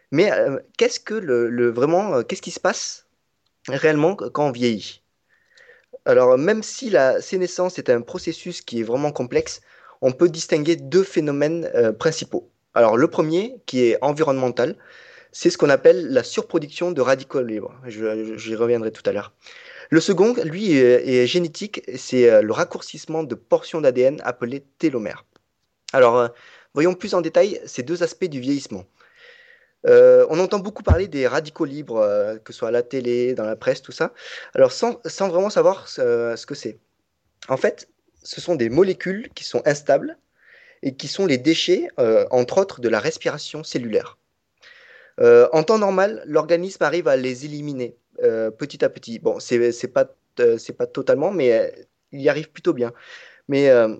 S3: Mais euh, qu'est-ce que le, le- vraiment, euh, qu'est-ce qui se passe réellement quand on vieillit? Alors, même si la sénescence est un processus qui est vraiment complexe, on peut distinguer deux phénomènes euh, principaux. Alors, le premier, qui est environnemental, c'est ce qu'on appelle la surproduction de radicaux libres. Je- je- J'y reviendrai tout à l'heure. Le second, lui, est, est génétique, c'est euh, le raccourcissement de portions d'A D N appelées télomères. Alors, euh, voyons plus en détail ces deux aspects du vieillissement. Euh, on entend beaucoup parler des radicaux libres, euh, que ce soit à la télé, dans la presse, tout ça. Alors, sans, sans vraiment savoir ce, ce que c'est. En fait, ce sont des molécules qui sont instables et qui sont les déchets, euh, entre autres, de la respiration cellulaire. Euh, en temps normal, l'organisme arrive à les éliminer euh, petit à petit. Bon, c'est c'est pas, euh, c'est pas totalement, mais euh, il y arrive plutôt bien. Mais euh,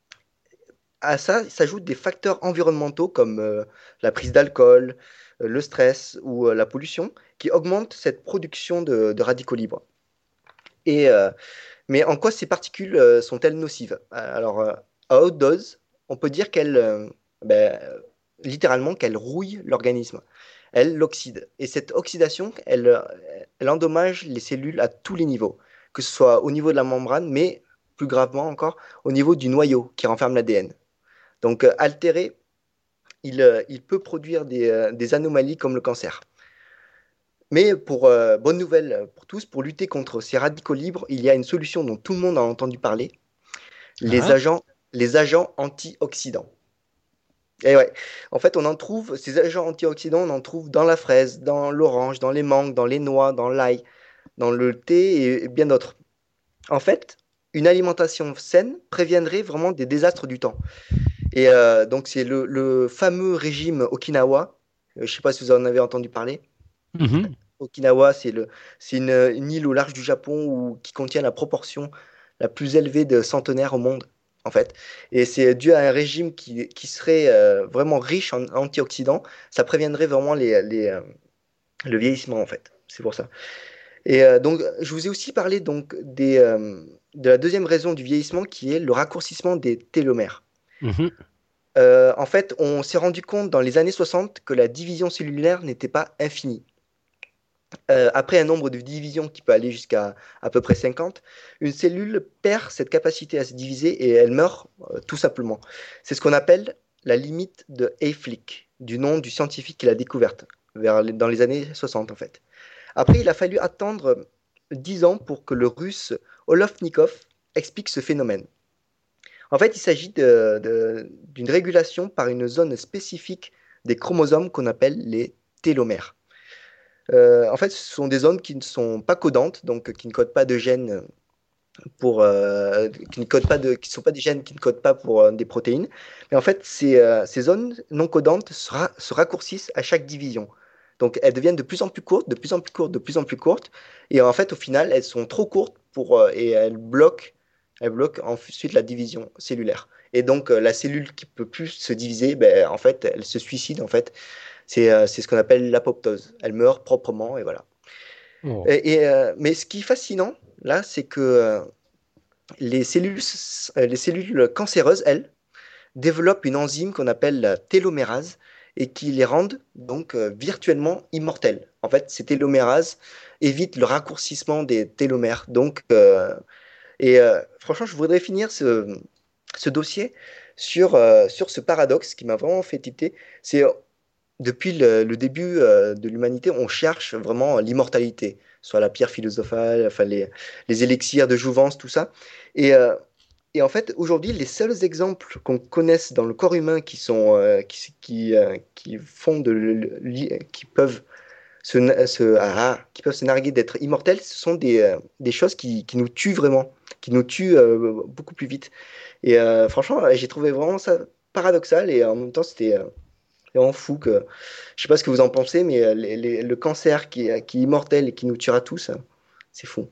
S3: à ça s'ajoutent des facteurs environnementaux comme euh, la prise d'alcool, euh, le stress ou euh, la pollution qui augmentent cette production de, de radicaux libres. Et, euh, mais en quoi ces particules euh, sont-elles nocives? Alors, euh, à haute dose, on peut dire qu'elles, euh, ben, euh, littéralement, qu'elles rouillent l'organisme. Elles l'oxydent. Et cette oxydation, elle, euh, elle endommage les cellules à tous les niveaux, que ce soit au niveau de la membrane, mais plus gravement encore, au niveau du noyau qui renferme l'A D N. Donc, euh, altéré, il, euh, il peut produire des, euh, des anomalies comme le cancer. Mais pour euh, bonne nouvelle pour tous, pour lutter contre ces radicaux libres, il y a une solution dont tout le monde a entendu parler, les
S2: Ah,
S3: agents, les agents antioxydants. Et ouais, en fait, on en trouve, ces agents antioxydants, on en trouve dans la fraise, dans l'orange, dans les mangues, dans les noix, dans l'ail, dans le thé et, et bien d'autres. En fait, une alimentation saine préviendrait vraiment des désastres du temps. Et euh, donc, c'est le, le fameux régime Okinawa. Euh, je ne sais pas si vous en avez entendu parler.
S2: mhm.
S3: Okinawa, c'est le, c'est une, une île au large du Japon où, qui contient la proportion la plus élevée de centenaires au monde, en fait. Et c'est dû à un régime qui, qui serait euh, vraiment riche en antioxydants. Ça préviendrait vraiment les, les, euh, le vieillissement, en fait. C'est pour ça. Et euh, donc, je vous ai aussi parlé donc, des, euh, de la deuxième raison du vieillissement qui est le raccourcissement des télomères.
S2: Mhm.
S3: Euh, en fait, on s'est rendu compte dans les années soixante que la division cellulaire n'était pas infinie. Euh, après un nombre de divisions qui peut aller jusqu'à à peu près cinquante, une cellule perd cette capacité à se diviser et elle meurt euh, tout simplement. C'est ce qu'on appelle la limite de Hayflick, du nom du scientifique qui l'a découverte, vers les- dans les années soixante en fait. Après, il a fallu attendre dix ans pour que le russe Olovnikov explique ce phénomène. En fait, il s'agit de- de- d'une régulation par une zone spécifique des chromosomes qu'on appelle les télomères. Euh, en fait, ce sont des zones qui ne sont pas codantes, donc qui ne codent pas de gènes pour, euh, qui ne codent pas de, qui sont pas des gènes qui ne codent pas pour euh, des protéines. Mais en fait, ces, euh, ces zones non codantes se, ra- se raccourcissent à chaque division. Donc, elles deviennent de plus en plus courtes, de plus en plus courtes, de plus en plus courtes. Et en fait, au final, elles sont trop courtes pour, euh, et elles bloquent, elles bloquent ensuite la division cellulaire. Et donc, euh, la cellule qui peut plus se diviser, ben, en fait, elle se suicide, en fait. C'est euh, c'est ce qu'on appelle l'apoptose. Elle meurt proprement et voilà.
S2: Oh.
S3: Et, et, euh, mais ce qui est fascinant, là, c'est que euh, les cellules, euh, les cellules cancéreuses, elles, développent une enzyme qu'on appelle la télomérase et qui les rendent donc euh, virtuellement immortelles. En fait, ces télomérases évitent le raccourcissement des télomères. Donc, euh, et euh, franchement, je voudrais finir ce, ce dossier sur, euh, sur ce paradoxe qui m'a vraiment fait tilter. C'est depuis le, le début euh, de l'humanité, on cherche vraiment l'immortalité, soit la pierre philosophale, enfin les, les élixirs de jouvence, tout ça. Et, euh, et en fait, aujourd'hui, les seuls exemples qu'on connaisse dans le corps humain qui sont euh, qui, qui, euh, qui font de l- li- qui peuvent se, na- se- ah, ah, qui peuvent se narguer d'être immortels, ce sont des, euh, des choses qui, qui nous tuent vraiment, qui nous tuent euh, beaucoup plus vite. Et euh, franchement, j'ai trouvé vraiment ça paradoxal et en même temps, c'était euh, c'est vraiment fou que. Je sais pas ce que vous en pensez, mais euh, les- les- le cancer qui, est- qui est immortel et qui nous tuera tous, euh, c'est fou.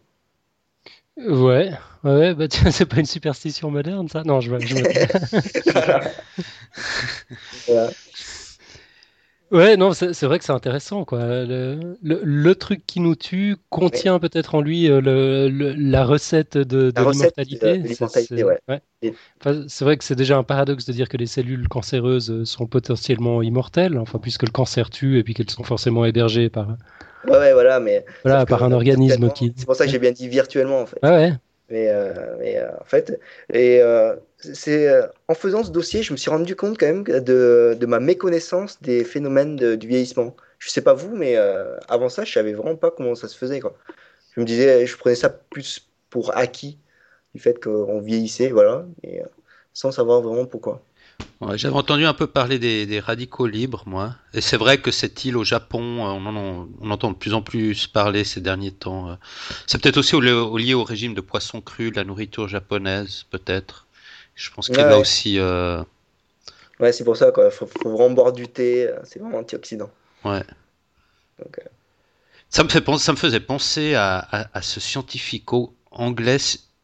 S2: Ouais, ouais, bah tiens, c'est pas une superstition moderne, ça? Non, je me, je me...
S3: Voilà. Voilà.
S2: Ouais, non, c'est c'est vrai que c'est intéressant, quoi. Le, le- le truc qui nous tue
S3: Oui.
S2: contient peut-être en lui euh, le, le- la recette de,
S3: La
S2: de
S3: recette de,
S2: l'immortalité.
S3: de
S2: C'est
S3: l'immortalité,
S2: c'est-
S3: ouais.
S2: ouais.
S3: Et-
S2: Enfin, c'est vrai que c'est déjà un paradoxe de dire que les cellules cancéreuses euh, sont potentiellement immortelles, enfin, puisque le cancer tue et puis qu'elles sont forcément hébergées par,
S3: Ouais, ouais, voilà, mais sauf
S2: voilà,
S3: que
S2: par un
S3: euh,
S2: organisme
S3: virtuellement,
S2: qui.
S3: c'est pour ça que
S2: Ouais,
S3: j'ai bien dit virtuellement en
S2: ouais,
S3: fait.
S2: ouais.
S3: Mais, euh, mais euh, en fait, et euh, c'est euh, en faisant ce dossier, je me suis rendu compte quand même de, de ma méconnaissance des phénomènes de- du vieillissement. Je sais pas vous, mais euh, avant ça, je savais vraiment pas comment ça se faisait, quoi. Je me disais, je prenais ça plus pour acquis du fait qu'on vieillissait, voilà, et euh, sans savoir vraiment pourquoi.
S1: Ouais, j'avais entendu un peu parler des, des radicaux libres, moi. Et c'est vrai que cette île au Japon, euh, on en, on entend de plus en plus parler ces derniers temps. euh. C'est peut-être aussi au- au- lié au régime de poisson cru, de la nourriture japonaise, peut-être. Je pense
S3: Ouais,
S1: qu'il doit
S3: ouais,
S1: aussi... euh,
S3: ouais, c'est pour ça, quoi. Faut, faut vraiment boire du thé, euh, c'est vraiment antioxydant.
S1: Ouais.
S3: Donc, euh,
S1: Ça me fait penser, ça me faisait penser à, à, à ce scientifico anglais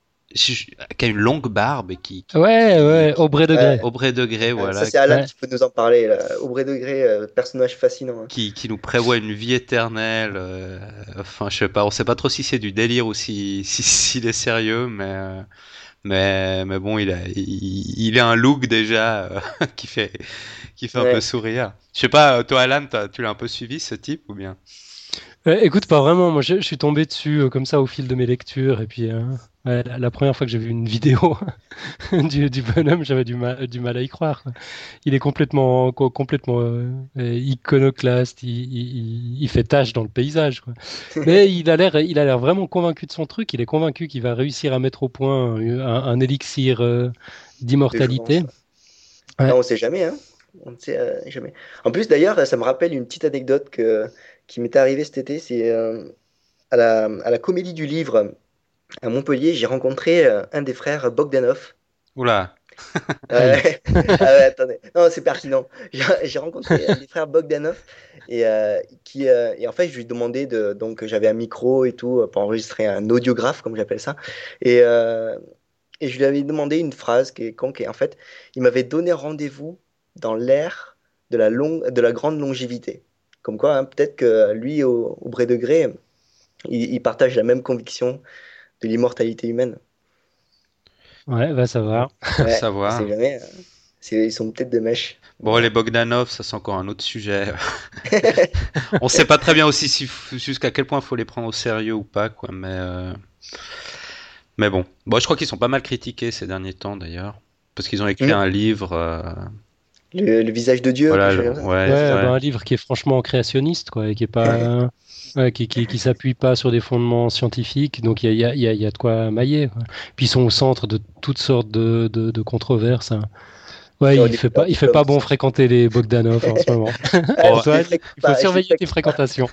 S1: qui a une longue barbe et qui, qui,
S2: Ouais,
S1: qui,
S2: ouais,
S1: qui-
S2: au vrai degré.
S3: ouais,
S1: au vrai degré,
S3: ouais, ça,
S1: voilà,
S3: c'est Alan
S2: Ouais.
S3: qui peut nous en parler, là. Au vrai degré, euh, personnage fascinant, hein.
S1: qui, qui nous prévoit une vie éternelle. euh, enfin, je sais pas, on sait pas trop si c'est du délire ou si, si, s'il est sérieux, mais, euh, mais, mais bon, il a, il, il a un look déjà euh, qui fait, qui fait un peu
S3: Ouais.
S1: sourire. Je sais pas, toi, Alan, t'as- tu l'as un peu suivi ce type ou bien?
S2: Euh, écoute, pas vraiment. Moi, je, je suis tombé dessus euh, comme ça au fil de mes lectures. Et puis, euh, ouais, la, la première fois que j'ai vu une vidéo du, du bonhomme, j'avais du mal, du mal à y croire, quoi. Il est complètement, co- complètement euh, euh, iconoclaste. Il, il- il fait tache dans le paysage, quoi. Mais il a l'air, il a l'air vraiment convaincu de son truc. Il est convaincu qu'il va réussir à mettre au point un, un élixir euh,
S3: De jouvence.
S2: d'immortalité.
S3: Ah,
S2: Ouais.
S3: on sait jamais, hein. On ne sait euh, jamais. En plus, d'ailleurs, ça me rappelle une petite anecdote que, qui m'est arrivée cet été. C'est euh, à la, à la Comédie du Livre à Montpellier, j'ai rencontré euh, un des frères Bogdanov.
S1: Oula.
S2: Aïe.
S3: Ouais. Ah ouais, attendez. Non, c'est pertinent. J'ai j'ai rencontré un des frères Bogdanov et, euh, qui, euh, et en fait, je lui ai demandé de. Donc, j'avais un micro et tout pour enregistrer un audiographe, comme j'appelle ça. Et, euh, et je lui avais demandé une phrase qui est con, qui est, en fait, il m'avait donné rendez-vous dans l'ère de la longue, de la grande longévité. Comme quoi, hein, peut-être que lui, au, au vrai degré, il, il partage la même conviction de l'immortalité humaine.
S2: Ouais, va savoir.
S1: À
S3: Ouais, on sait
S1: savoir.
S3: jamais, hein. C'est- Ils sont peut-être de mèche.
S1: Bon, les Bogdanov, ça c'est encore un autre sujet. On sait pas très bien aussi si, jusqu'à quel point il faut les prendre au sérieux ou pas, quoi. Mais, euh, mais bon. Bon, je crois qu'ils sont pas mal critiqués ces derniers temps d'ailleurs. Parce qu'ils ont écrit
S3: Hmm.
S1: un livre. euh,
S3: Le, le visage de Dieu, quelque
S1: Voilà,
S3: chose
S1: le-
S3: comme ça.
S1: ouais,
S3: Ouais, c'est
S2: Ouais,
S3: ça.
S2: bah,
S1: ouais.
S2: un livre qui est franchement créationniste, quoi, et qui est pas, ouais, qui, qui, qui s'appuie pas sur des fondements scientifiques, donc il y a, il y a, il y a de quoi mailler, quoi. Puis ils sont au centre de toutes sortes de, de, de controverses, hein. Ouais,
S3: Sur
S2: il
S3: des-
S2: fait
S3: leur
S2: pas, il fait
S3: diplôme,
S2: pas
S3: tout
S2: bon
S3: ça.
S2: fréquenter les Bogdanov en ce moment.
S3: Ah,
S1: Bon,
S3: je les
S2: Antoine,
S3: fréquente
S2: il faut
S3: pas, je les
S2: surveiller tes
S3: fréquente pas.
S2: fréquentations.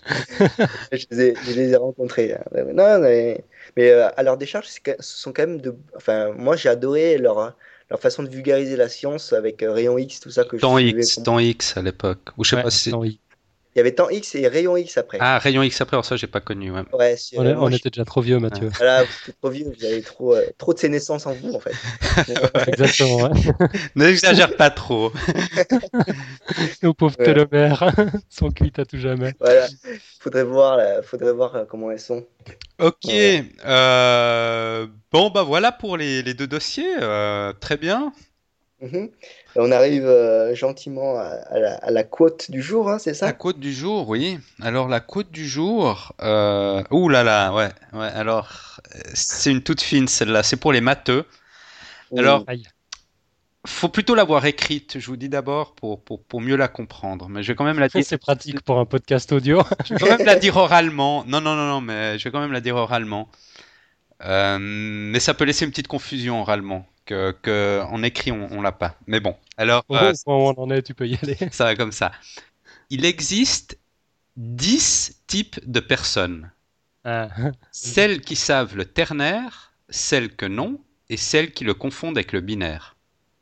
S3: Je les ai, je les ai rencontrés, hein. Ouais, ouais. Non, mais, mais euh, à leur décharge, c'est que- ce sont quand même de. Enfin, moi, j'ai adoré leur, leur façon de vulgariser la science avec euh, Rayon X, tout ça que je
S1: temps
S3: suivais.
S1: X, temps X à l'époque. Ou je sais
S2: Ouais,
S1: pas si.
S2: attends, oui.
S3: Il y avait Temps X et Rayon X après.
S1: Ah, Rayon X après, alors ça j'ai pas connu, ouais.
S3: Ouais, c'est-
S2: On,
S3: euh,
S2: est-
S3: moi,
S2: on
S3: je-
S2: était déjà trop vieux,
S1: Ouais.
S2: Mathieu.
S3: voilà, vous êtes trop vieux, vous avez trop, euh, trop de sénescence en vous, en fait.
S2: Exactement, ouais.
S1: N'exagère pas trop.
S2: Nos pauvres
S3: Ouais,
S2: télomères sont cuites à tout jamais.
S3: voilà, faudrait voir, là, faudrait voir euh, comment elles sont.
S1: Ok.
S3: Ouais.
S1: euh, Bon, bah voilà pour les, les deux dossiers. euh, Très bien.
S3: Mhm. On arrive euh, gentiment à, à la, à la quote du jour, hein, c'est
S1: La
S3: ça?
S1: quote du jour, oui. Alors la quote du jour. Euh... Ouh là là, ouais, ouais. Alors euh, c'est une toute fine celle-là. C'est pour les matheux. Alors,
S3: Ou...
S2: Aïe.
S1: faut plutôt l'avoir écrite. Je vous dis d'abord pour, pour pour mieux la comprendre. Mais je vais quand même la dire.
S2: C'est pratique pour un podcast audio.
S1: Je vais quand même la dire oralement. Non, non, non, non. Mais je vais quand même la dire oralement. Euh, mais ça peut laisser une petite confusion oralement. Que, que en écrit on, on l'a pas. Mais bon. Alors
S2: Au
S1: euh,
S2: point où on en est, tu peux y aller.
S1: ça va comme ça. Il existe dix types de personnes.
S2: Ah.
S1: Celles qui savent le ternaire, celles que non, et celles qui le confondent avec le binaire.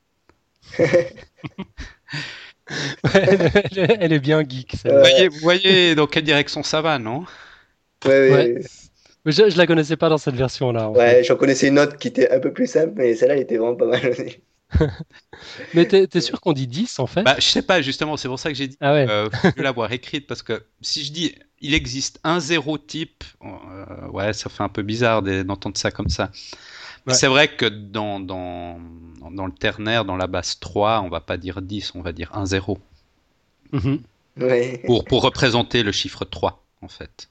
S2: Elle, elle- elle est bien geek,
S1: Vous
S2: celle-là.
S3: Ouais,
S1: voyez, vous voyez dans quelle direction ça va, non?
S3: ouais, ouais,
S2: Ouais.
S3: ouais.
S2: Mais Je, je la connaissais pas dans cette version-là, en fait.
S3: Ouais, j'en connaissais une autre qui était un peu plus simple, mais celle-là, elle était vraiment pas mal aussi.
S2: Mais t'es, t'es sûr qu'on dit dix en fait?
S1: Bah, je sais pas, justement, c'est pour ça que j'ai dit
S2: Ah ouais.
S1: euh, faut mieux l'avoir écrite, parce que si je dis il existe un zéro type, euh, ouais, ça fait un peu bizarre de- d'entendre ça comme ça. Mais
S2: Ouais.
S1: c'est vrai que dans, dans, dans le ternaire, dans la base trois, on va pas dire dix, on va dire un zéro.
S2: Mhm.
S3: Ouais.
S1: Pour, pour représenter le chiffre trois, en fait.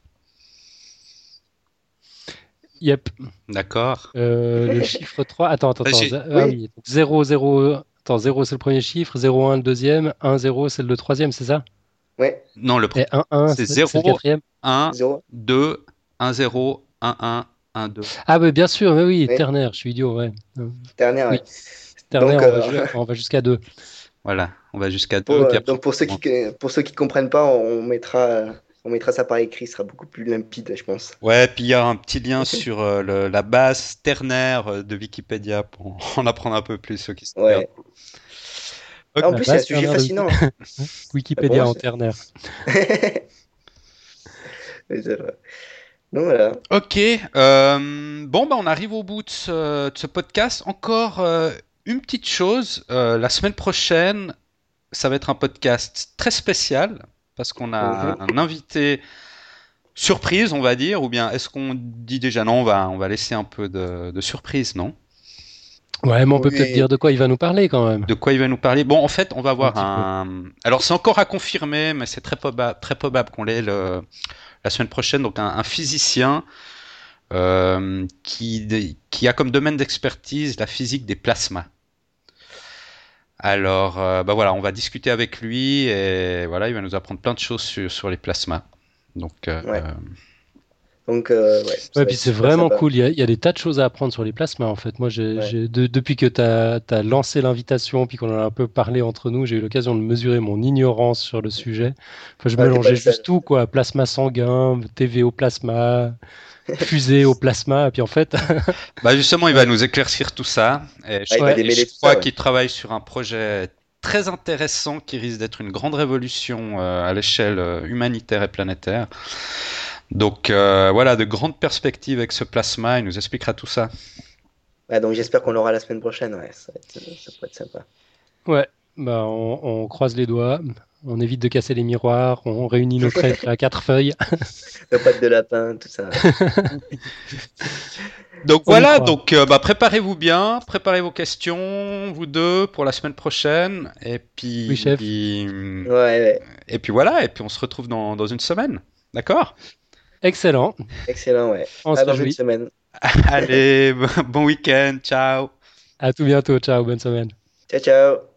S2: Yep.
S1: D'accord?
S2: Euh, le chiffre trois. Attends, attends,
S1: Bah,
S2: attends.
S1: j'ai-
S2: ze- Ah
S3: Oui,
S2: oui. Donc zéro, zéro. Attends, zéro c'est le premier chiffre, zéro un le deuxième, un zéro c'est le troisième, c'est ça?
S3: ouais,
S1: Non, le
S2: Et
S1: premier,
S2: un un
S1: c'est
S2: c'est c'est le
S1: zéro,
S2: quatrième?
S1: un,
S3: zéro.
S1: deux, un zéro, un un, un deux.
S2: Ah oui, bien sûr, mais oui,
S3: Oui,
S2: ternaire, je suis idiot, ouais. Euh,
S3: dernière, ouais.
S2: Oui, ternaire,
S3: Donc,
S2: on va,
S3: euh,
S2: ju- on va jusqu'à deux.
S1: Voilà, on va jusqu'à
S3: pour,
S1: deux, puis
S3: euh,
S1: après
S3: donc pour ceux
S1: on
S3: qui pour ceux qui comprennent pas, on mettra on mettra ça par écrit, ce sera beaucoup plus limpide, je pense.
S1: Ouais, puis il y a un petit lien sur euh, le- la base ternaire euh, de Wikipédia pour en apprendre un peu plus ceux qui se perdent.
S3: Ouais.
S1: Ok.
S3: Ah, en
S2: La
S3: plus, c'est un
S2: base
S3: sujet
S2: ternaire de Wiki-
S3: fascinant. Ah, pour
S2: Wikipédia
S3: moi,
S2: en
S3: c'est-
S2: ternaire.
S3: Mais c'est vrai. Donc voilà.
S1: Ok, euh, bon, bah, on arrive au bout de ce, de ce podcast. Encore euh, une petite chose, euh, la semaine prochaine, ça va être un podcast très spécial parce qu'on a
S3: Mhm.
S1: un invité surprise, on va dire, ou bien est-ce qu'on dit déjà non, on va, on va laisser un peu de, de surprise, non?
S2: Ouais, mais on peut peut-être
S3: Oui.
S2: dire de quoi il va nous parler quand même.
S1: De quoi il va nous parler? Bon, en fait, on va
S2: Un
S1: avoir
S2: petit peu.
S1: un. Alors, c'est encore à confirmer, mais c'est très, proba- très probable qu'on l'ait le- la semaine prochaine. Donc, un, un physicien euh, qui, qui a comme domaine d'expertise la physique des plasmas. Alors, euh, bah voilà, on va discuter avec lui et voilà, il va nous apprendre plein de choses sur, sur les plasmas. Donc, euh,
S3: Ouais. Donc euh, ouais, ça
S2: Ouais,
S3: va
S2: puis
S3: être
S2: c'est
S3: super
S2: vraiment
S3: sympa.
S2: cool. Il y a, il y a des tas de choses à apprendre sur les plasmas en fait. Moi, j'ai,
S3: Ouais.
S2: j'ai- de- depuis que tu as lancé l'invitation, puis qu'on en a un peu parlé entre nous, j'ai eu l'occasion de mesurer mon ignorance sur le sujet. Enfin, je
S3: Ah, t'es pas
S2: mélangeais
S3: le
S2: juste
S3: seul.
S2: tout, quoi. Plasma sanguin, T V au plasma, fusée au plasma. Et puis en fait,
S1: bah justement, il va
S2: ouais,
S1: nous éclaircir tout ça. Et
S3: Ah,
S1: je,
S3: il va
S2: ouais,
S1: et je
S3: démêler tout
S1: crois
S3: ça, ouais.
S1: qu'il travaille sur un projet très intéressant qui risque d'être une grande révolution euh, à l'échelle euh, humanitaire et planétaire. Donc euh, voilà, de grandes perspectives avec ce plasma. Il nous expliquera tout ça.
S3: Ouais, donc j'espère qu'on l'aura la semaine prochaine. Ouais, ça, va être- ça pourrait être sympa.
S2: ouais. Bah, on, on croise les doigts. On évite de casser les miroirs. On réunit nos trèfles à quatre feuilles.
S3: Nos pattes de lapin, tout ça. Ouais.
S1: Donc
S2: On y
S1: voilà,
S2: croit.
S1: donc euh, bah, préparez-vous bien, préparez vos questions, vous deux, pour la semaine prochaine. Et
S2: Oui, chef.
S1: puis,
S3: Ouais, ouais.
S1: et puis voilà, et puis on se retrouve dans, dans une semaine. D'accord?
S2: Excellent.
S3: Excellent, ouais.
S2: On se
S3: À dans une
S2: réjouit.
S3: semaine.
S1: Allez, bon week-end, ciao!
S2: À tout bientôt. Ciao. Bonne semaine.
S3: Ciao, ciao.